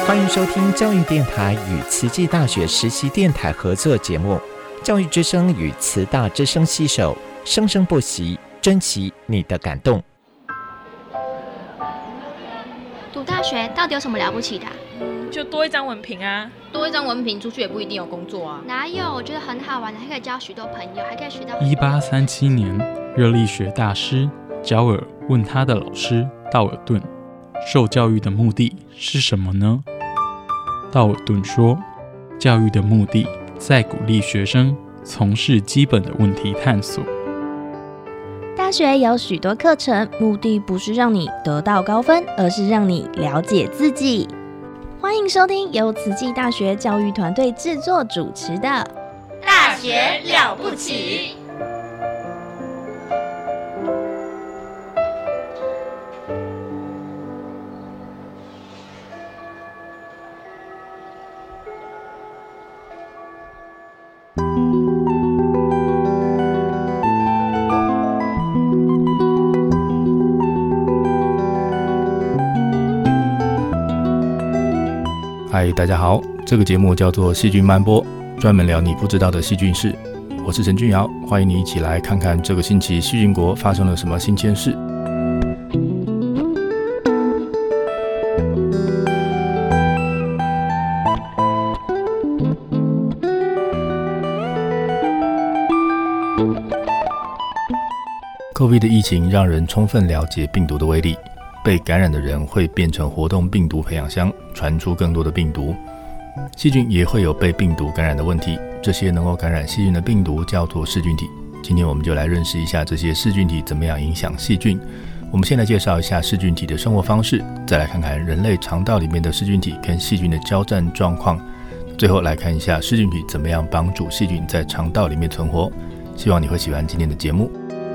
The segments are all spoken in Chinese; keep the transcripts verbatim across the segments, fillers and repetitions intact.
欢迎收听教育电台与慈济大学实习电台合作节目《教育之声》与慈大之声携手，生生不息，珍惜你的感动。 读大学到底有什么了不起的、啊？ 就多一张文凭啊！ 多一张文凭，出去也不一定有工作啊。 哪有？我觉得很好玩的，还可以交许多朋友，还可以学到。 一八三七年，热力学大师焦耳问他的老师道尔顿，受教育的目的是什么呢？道尔顿说，教育的目的在鼓励学生从事基本的问题探索。 大学有许多课程，目的不是让你得到高分，而是让你了解自己。欢迎收听由慈济大学教育团队制作主持的《 大学了不起》。 嗨，大家好，这个节目叫做细菌漫播，专门聊你不知道的细菌事。我是陈俊尧，欢迎你一起来看看这个星期细菌国发生了什么新鲜事。COVID 的疫情让人充分了解病毒的威力。被感染的人会变成活动病毒培养箱，传出更多的病毒。细菌也会有被病毒感染的问题，这些能够感染细菌的病毒叫做噬菌体。今天我们就来认识一下这些噬菌体怎么样影响细菌。我们先来介绍一下噬菌体的生活方式，再来看看人类肠道里面的噬菌体跟细菌的交战状况，最后来看一下噬菌体怎么样帮助细菌在肠道里面存活。希望你会喜欢今天的节目。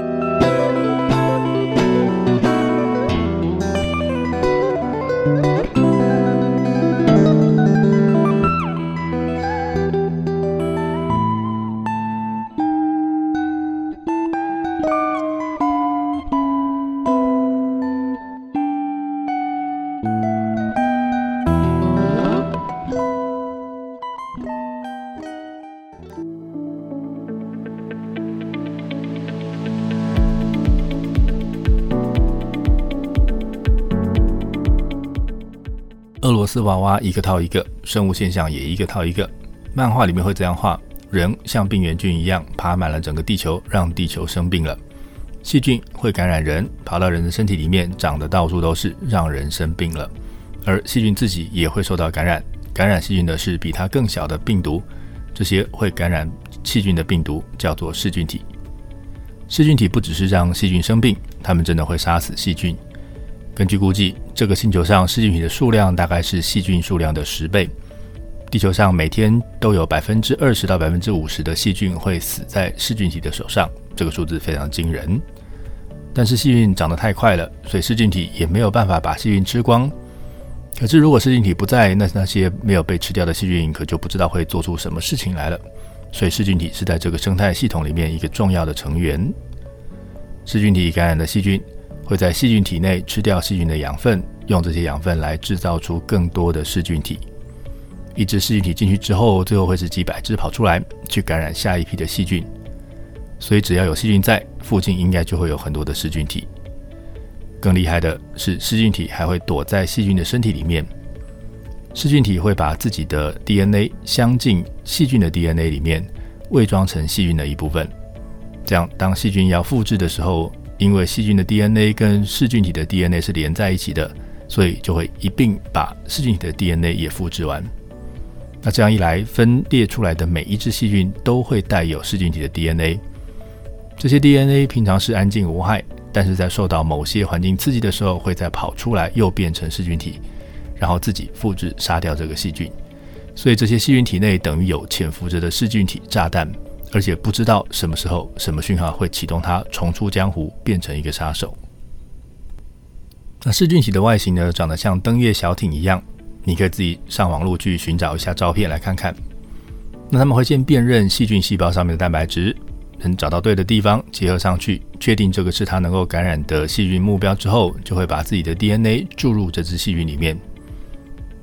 俄罗斯娃娃一个套一个，生物现象也一个套一个。漫画里面会这样画：人像病原菌一样爬满了整个地球，让地球生病了。细菌会感染人，跑到人的身体里面，长得到处都是，让人生病了。而细菌自己也会受到感染，感染细菌的是比它更小的病毒，这些会感染细菌的病毒叫做噬菌体。噬菌体不只是让细菌生病，它们真的会杀死细菌。根据估计，这个星球上噬菌体的数量大概是细菌数量的十倍。地球上每天都有 百分之二十 到 百分之五十 的细菌会死在噬菌体的手上，这个数字非常惊人。但是细菌长得太快了，所以噬菌体也没有办法把细菌吃光。可是如果噬菌体不在，那那些没有被吃掉的细菌可就不知道会做出什么事情来了。所以噬菌体是在这个生态系统里面一个重要的成员。噬菌体感染的细菌会在细菌体内吃掉细菌的养分，用这些养分来制造出更多的噬菌体。一只噬菌体进去之后，最后会是几百只跑出来，去感染下一批的细菌。所以只要有细菌在，附近应该就会有很多的噬菌体。更厉害的是，噬菌体还会躲在细菌的身体里面。噬菌体会把自己的 D N A 镶进细菌的 D N A 里面，伪装成细菌的一部分。这样，当细菌要复制的时候，因为细菌的 D N A 跟噬菌体的 D N A 是连在一起的，所以就会一并把噬菌体的 D N A 也复制完。那这样一来，分裂出来的每一只细菌都会带有噬菌体的 D N A。这些 D N A 平常是安静无害，但是在受到某些环境刺激的时候，会再跑出来，又变成噬菌体，然后自己复制杀掉这个细菌。所以这些细菌体内等于有潜伏着的噬菌体炸弹，而且不知道什么时候、什么讯号会启动它重出江湖，变成一个杀手。那噬菌体的外形呢，长得像登月小艇一样，你可以自己上网路去寻找一下照片来看看。那他们会先辨认细菌细胞上面的蛋白质，能找到对的地方结合上去，确定这个是它能够感染的细菌目标之后，就会把自己的 D N A 注入这只细菌里面。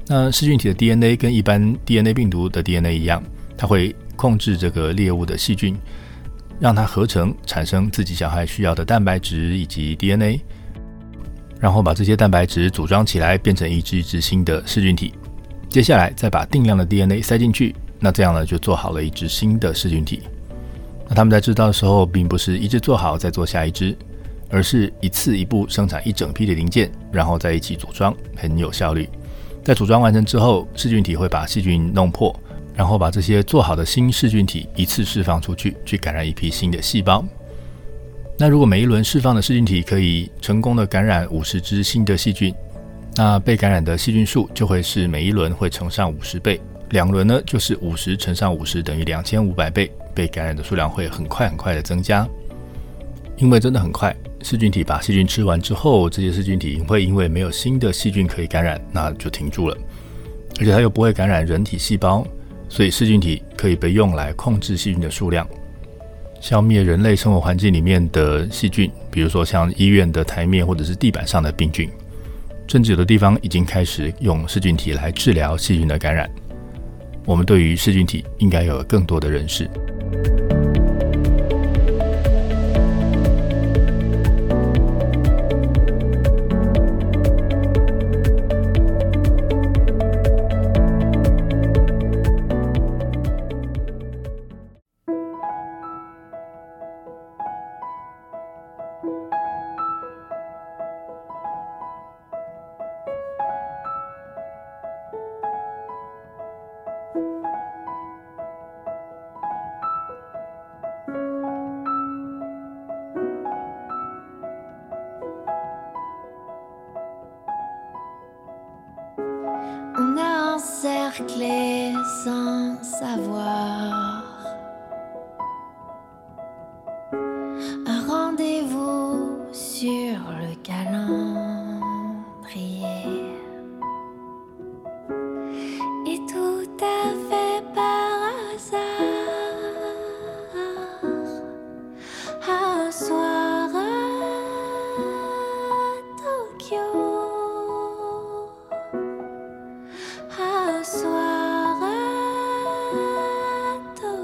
那噬菌体的 D N A 跟一般 D N A 病毒的 D N A 一样，它会控制这个猎物的细菌，让它合成产生自己小孩需要的蛋白质以及 D N A， 然后把这些蛋白质组装起来变成一只一只新的噬菌体，接下来再把定量的 D N A 塞进去，那这样呢就做好了一只新的噬菌体。那他们在制造的时候并不是一只做好再做下一只，而是一次一步生产一整批的零件，然后在一起组装，很有效率。在组装完成之后，噬菌体会把细菌弄破，然后把这些做好的新噬菌体一次释放出去，去感染一批新的细胞。那如果每一轮释放的噬菌体可以成功的感染五十只新的细菌，那被感染的细菌数就会是每一轮会乘上五十倍，两轮呢就是五十乘上五十等于两千五百倍，被感染的数量会很快很快的增加。因为真的很快，噬菌体把细菌吃完之后，这些噬菌体会因为没有新的细菌可以感染，那就停住了，而且它又不会感染人体细胞，所以噬菌体可以被用来控制细菌的数量，消灭人类生活环境里面的细菌，比如说像医院的台面或者是地板上的病菌，甚至有的地方已经开始用噬菌体来治疗细菌的感染。我们对于噬菌体应该有更多的认识。 On a encerclé sans savoir un rendez-vous sur le calendrier, et tout à fait par hasard, un soir à Tokyo, un soir à Tokyo.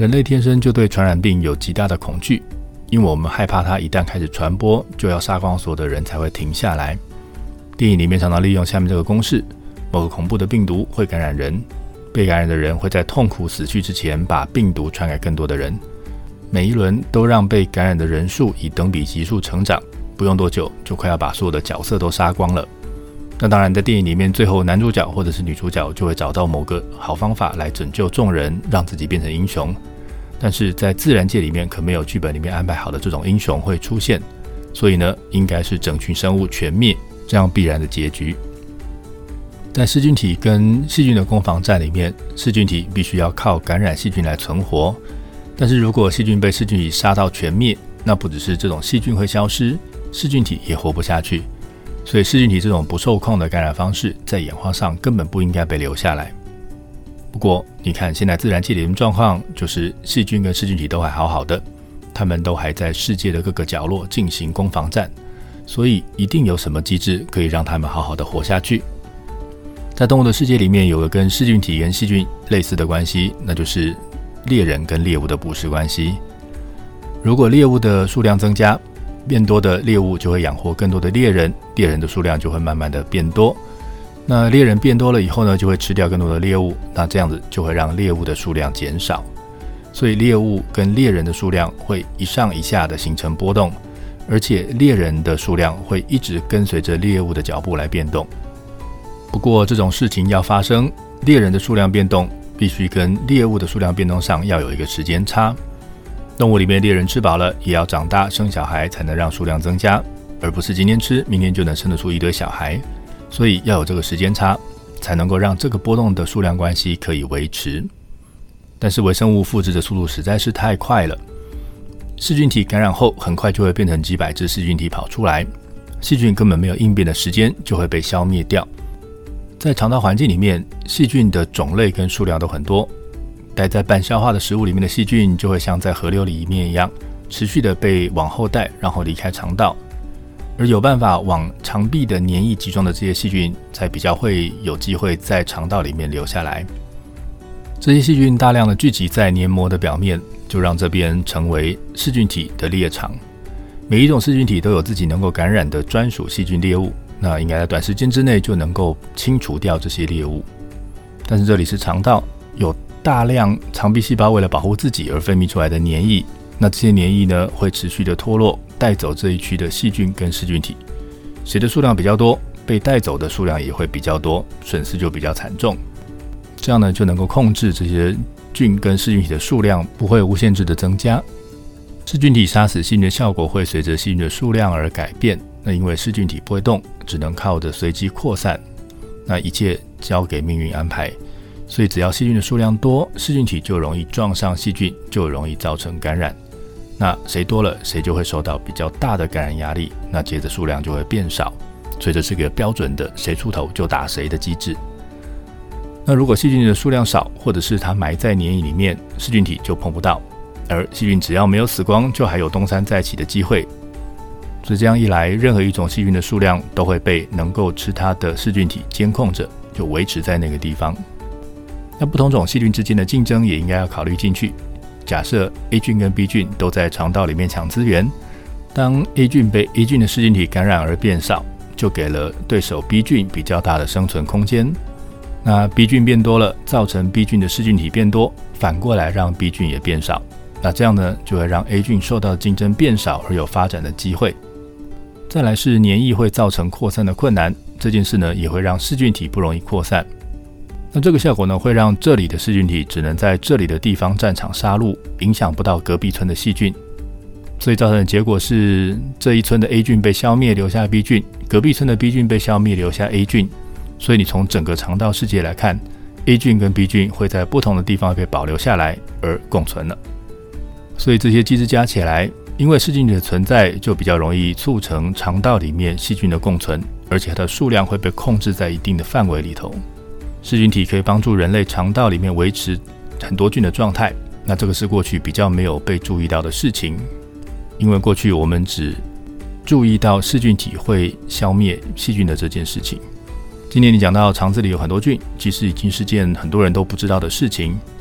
人类天生就对传染病有极大的恐惧，因为我们害怕它一旦开始传播，就要杀光所有的人才会停下来。电影里面常常利用下面这个公式，某个恐怖的病毒会感染人，被感染的人会在痛苦死去之前把病毒传给更多的人，每一轮都让被感染的人数以等比级数成长，不用多久就快要把所有的角色都杀光了。那当然在电影里面，最后男主角或者是女主角就会找到某个好方法来拯救众人，让自己变成英雄。但是在自然界里面可没有剧本里面安排好的这种英雄会出现，所以呢，应该是整群生物全灭，这样必然的结局。在噬菌体跟细菌的攻防战里面，噬菌体必须要靠感染细菌来存活，但是如果细菌被噬菌体杀到全灭，那不只是这种细菌会消失，噬菌体也活不下去。所以噬菌体这种不受控的感染方式，在演化上根本不应该被留下来。不过你看现在自然界里的状况，就是细菌跟噬菌体都还好好的，它们都还在世界的各个角落进行攻防战，所以一定有什么机制可以让它们好好的活下去。在动物的世界里面，有个跟噬菌体跟细菌类似的关系，那就是猎人跟猎物的捕食关系。如果猎物的数量增加，变多的猎物就会养活更多的猎人，猎人的数量就会慢慢的变多。那猎人变多了以后呢，就会吃掉更多的猎物，那这样子就会让猎物的数量减少。所以猎物跟猎人的数量会一上一下的形成波动，而且猎人的数量会一直跟随着猎物的脚步来变动。不过这种事情要发生，猎人的数量变动必须跟猎物的数量变动上要有一个时间差。动物里面猎人吃饱了也要长大生小孩才能让数量增加，而不是今天吃明天就能生得出一堆小孩，所以要有这个时间差，才能够让这个波动的数量关系可以维持。但是微生物复制的速度实在是太快了，噬菌体感染后很快就会变成几百只噬菌体跑出来，细菌根本没有应变的时间就会被消灭掉。在肠道环境里面，细菌的种类跟数量都很多，待在半消化的食物里面的细菌就会像在河流里面一样，持续的被往后带，然后离开肠道。而有办法往肠壁的黏液集中的这些细菌，才比较会有机会在肠道里面留下来。这些细菌大量的聚集在黏膜的表面，就让这边成为噬菌体的猎场。每一种噬菌体都有自己能够感染的专属细菌猎物，那应该在短时间之内就能够清除掉这些猎物。但是这里是肠道，有大量肠壁细胞为了保护自己而分泌出来的黏液，那这些黏液呢会持续的脱落，带走这一区的细菌跟噬菌体。谁的数量比较多，被带走的数量也会比较多，损失就比较惨重。这样呢就能够控制这些菌跟噬菌体的数量不会无限制的增加。噬菌体杀死细菌的效果会随着细菌的数量而改变，那因为噬菌体不会动，只能靠着随机扩散，那一切交给命运安排。所以只要细菌的数量多，噬菌体就容易撞上细菌，就容易造成感染。那谁多了，谁就会受到比较大的感染压力，那接着数量就会变少，所以这是个标准的谁出头就打谁的机制。那如果细菌的数量少，或者是它埋在黏液里面，噬菌体就碰不到，而细菌只要没有死光，就还有东山再起的机会。所以这样一来，任何一种细菌的数量都会被能够吃它的噬菌体监控着，就维持在那个地方。那不同种细菌之间的竞争也应该要考虑进去。假设 A 菌跟 B 菌都在肠道里面抢资源，当 A 菌被 A 菌的噬菌体感染而变少，就给了对手 B 菌比较大的生存空间。那 B 菌变多了，造成 B 菌的噬菌体变多，反过来让 B 菌也变少。那这样呢，就会让 A 菌受到竞争变少而有发展的机会。再来是黏液会造成扩散的困难，这件事呢也会让噬菌体不容易扩散。那这个效果呢，会让这里的噬菌体只能在这里的地方战场杀戮，影响不到隔壁村的细菌。所以造成的结果是，这一村的 A 菌被消灭，留下 B 菌；隔壁村的 B 菌被消灭，留下 A 菌。所以你从整个肠道世界来看， A 菌跟 B 菌会在不同的地方被保留下来而共存了。所以这些机制加起来，因为噬菌体的存在，就比较容易促成肠道里面细菌的共存，而且它的数量会被控制在一定的范围里头。噬菌体可以帮助人类肠道里面维持很多菌的状态，那这个是过去比较没有被注意到的事情，因为过去我们只注意到噬菌体会消灭细菌的这件事情。今天你讲到肠子里有很多菌，其实已经是件很多人都不知道的事情。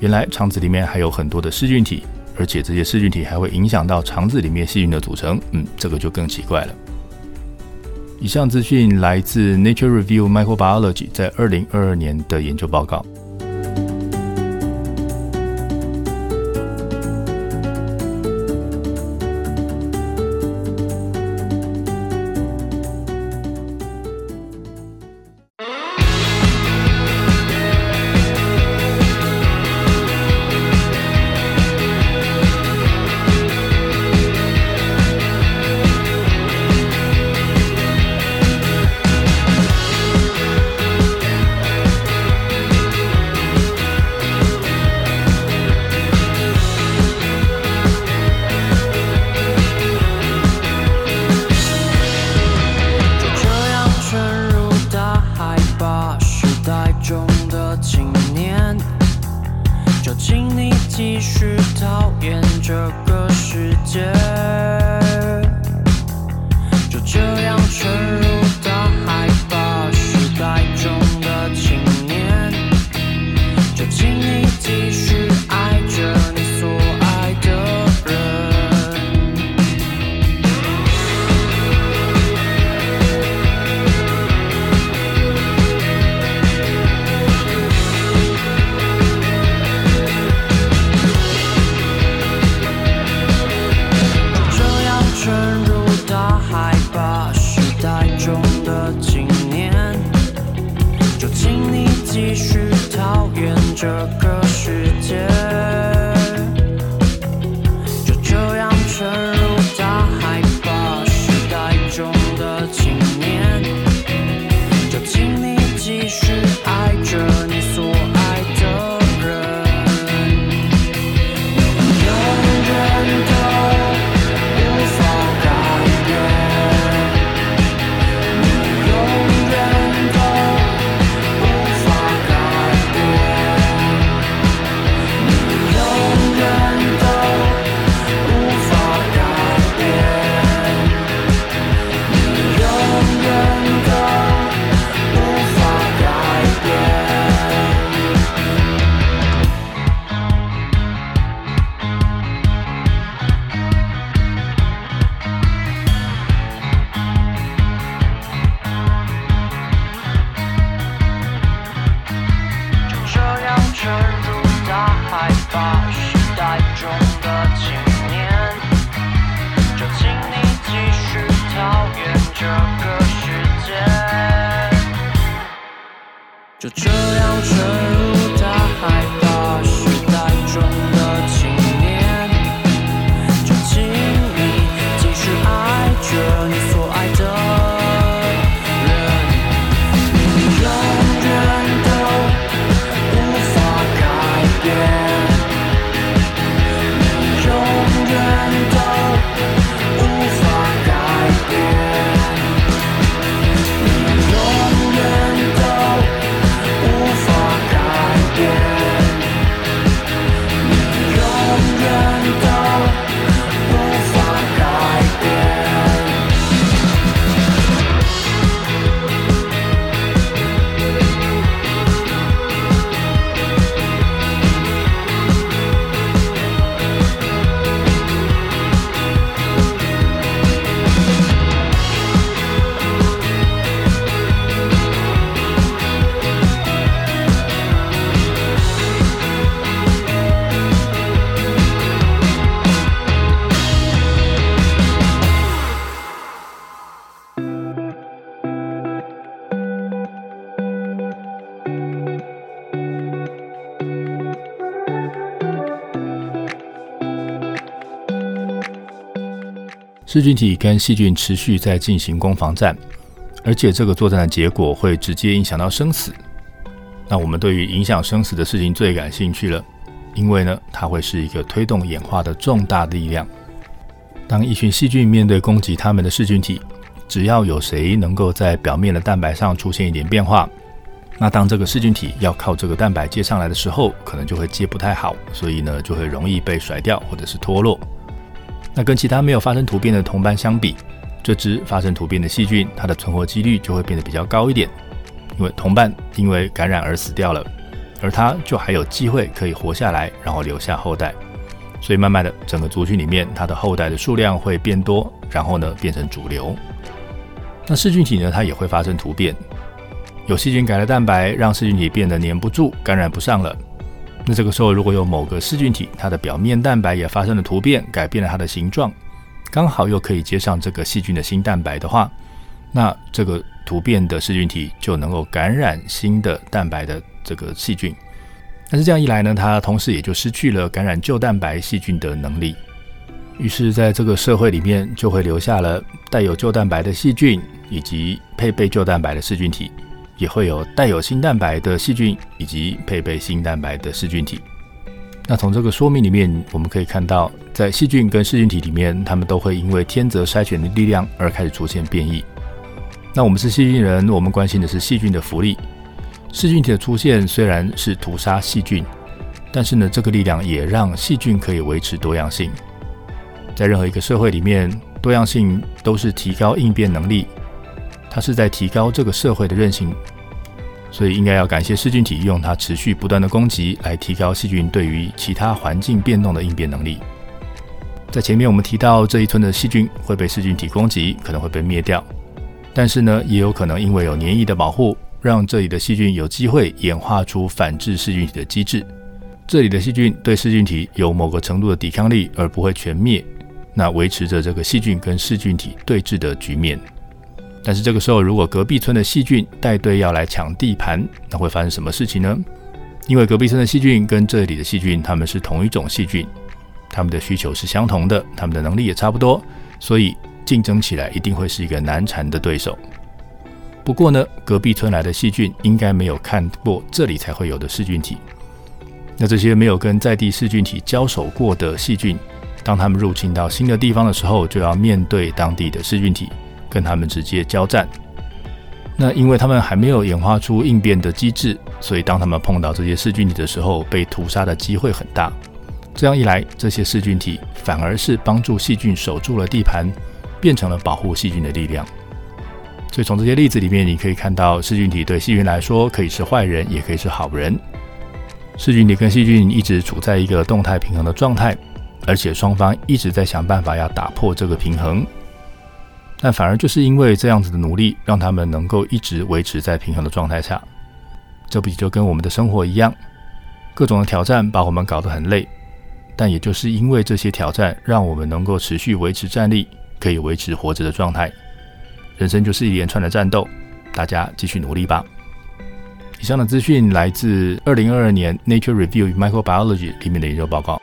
原来肠子里面还有很多的噬菌体，而且这些噬菌体还会影响到肠子里面细菌的组成，嗯，这个就更奇怪了。以上资讯来自 Nature Review Microbiology 在二零二二年的研究报告。 就这样沉入大海吧，时代中的青年，就请你继续爱着你所爱的人，你永远都无法改变，你永远都无法改变，你永远都无法改变，你永远都无法改变。 噬菌体跟细菌持续在进行攻防战，而且这个作战的结果会直接影响到生死。那我们对于影响生死的事情最感兴趣了，因为呢，它会是一个推动演化的重大力量。当一群细菌面对攻击它们的噬菌体，只要有谁能够在表面的蛋白上出现一点变化，那当这个噬菌体要靠这个蛋白接上来的时候，可能就会接不太好，所以呢，就会容易被甩掉或者是脱落。那跟其他没有发生突变的同伴相比，这只发生突变的细菌，它的存活几率就会变得比较高一点，因为同伴因为感染而死掉了， 而它就还有机会可以活下来，然后留下后代。所以慢慢的，整个族群里面它的后代的数量会变多，然后呢变成主流。那噬菌体呢，它也会发生突变，有细菌改了蛋白，让噬菌体变得黏不住，感染不上了。那这个时候如果有某个噬菌体，它的表面蛋白也发生了突变，改变了它的形状，刚好又可以接上这个细菌的新蛋白的话，那这个突变的噬菌体就能够感染新的蛋白的这个细菌。但是这样一来呢，它同时也就失去了感染旧蛋白细菌的能力。于是在这个社会里面就会留下了带有旧蛋白的细菌，以及配备旧蛋白的噬菌体，也会有带有新蛋白的细菌，以及配备新蛋白的噬菌体。那从这个说明里面我们可以看到，在细菌跟噬菌体里面，它们都会因为天择筛选的力量而开始出现变异。那我们是细菌人，我们关心的是细菌的福利。噬菌体的出现虽然是屠杀细菌，但是呢，这个力量也让细菌可以维持多样性。在任何一个社会里面，多样性都是提高应变能力，它是在提高这个社会的韧性。所以应该要感谢噬菌体用它持续不断的攻击来提高细菌对于其他环境变动的应变能力。在前面我们提到，这一村的细菌会被噬菌体攻击，可能会被灭掉，但是呢，也有可能因为有黏液的保护，让这里的细菌有机会演化出反制噬菌体的机制。这里的细菌对噬菌体有某个程度的抵抗力，而不会全灭，那维持着这个细菌跟噬菌体对峙的局面。但是这个时候，如果隔壁村的细菌带队要来抢地盘，那会发生什么事情呢？因为隔壁村的细菌跟这里的细菌，它们是同一种细菌，它们的需求是相同的，它们的能力也差不多，所以竞争起来一定会是一个难缠的对手。不过呢，隔壁村来的细菌应该没有看过这里才会有的噬菌体。那这些没有跟在地噬菌体交手过的细菌，当他们入侵到新的地方的时候，就要面对当地的噬菌体，跟他们直接交战。那因为他们还没有演化出应变的机制，所以当他们碰到这些噬菌体的时候，被屠杀的机会很大。这样一来，这些噬菌体反而是帮助细菌守住了地盘，变成了保护细菌的力量。所以从这些例子里面，你可以看到噬菌体对细菌来说可以是坏人，也可以是好人。噬菌体跟细菌一直处在一个动态平衡的状态，而且双方一直在想办法要打破这个平衡。但反而就是因为这样子的努力，让他们能够一直维持在平衡的状态下。这不就跟我们的生活一样，各种的挑战把我们搞得很累，但也就是因为这些挑战，让我们能够持续维持战力，可以维持活着的状态。人生就是一连串的战斗，大家继续努力吧。以上的资讯来自二零二二年 Nature Review Microbiology 里面的研究报告。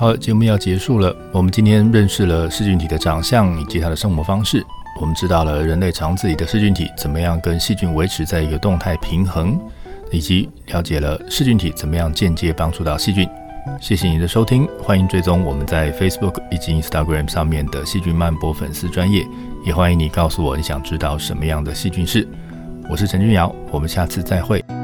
好，节目要结束了。我们今天认识了噬菌体的长相以及它的生活方式，我们知道了人类肠子里的噬菌体怎么样跟细菌维持在一个动态平衡，以及了解了噬菌体怎么样间接帮助到细菌。谢谢你的收听，欢迎追踪我们在 Facebook 以及 Instagram 上面的细菌漫播粉丝专页，也欢迎你告诉我你想知道什么样的细菌事。我是陈君尧，我们下次再会。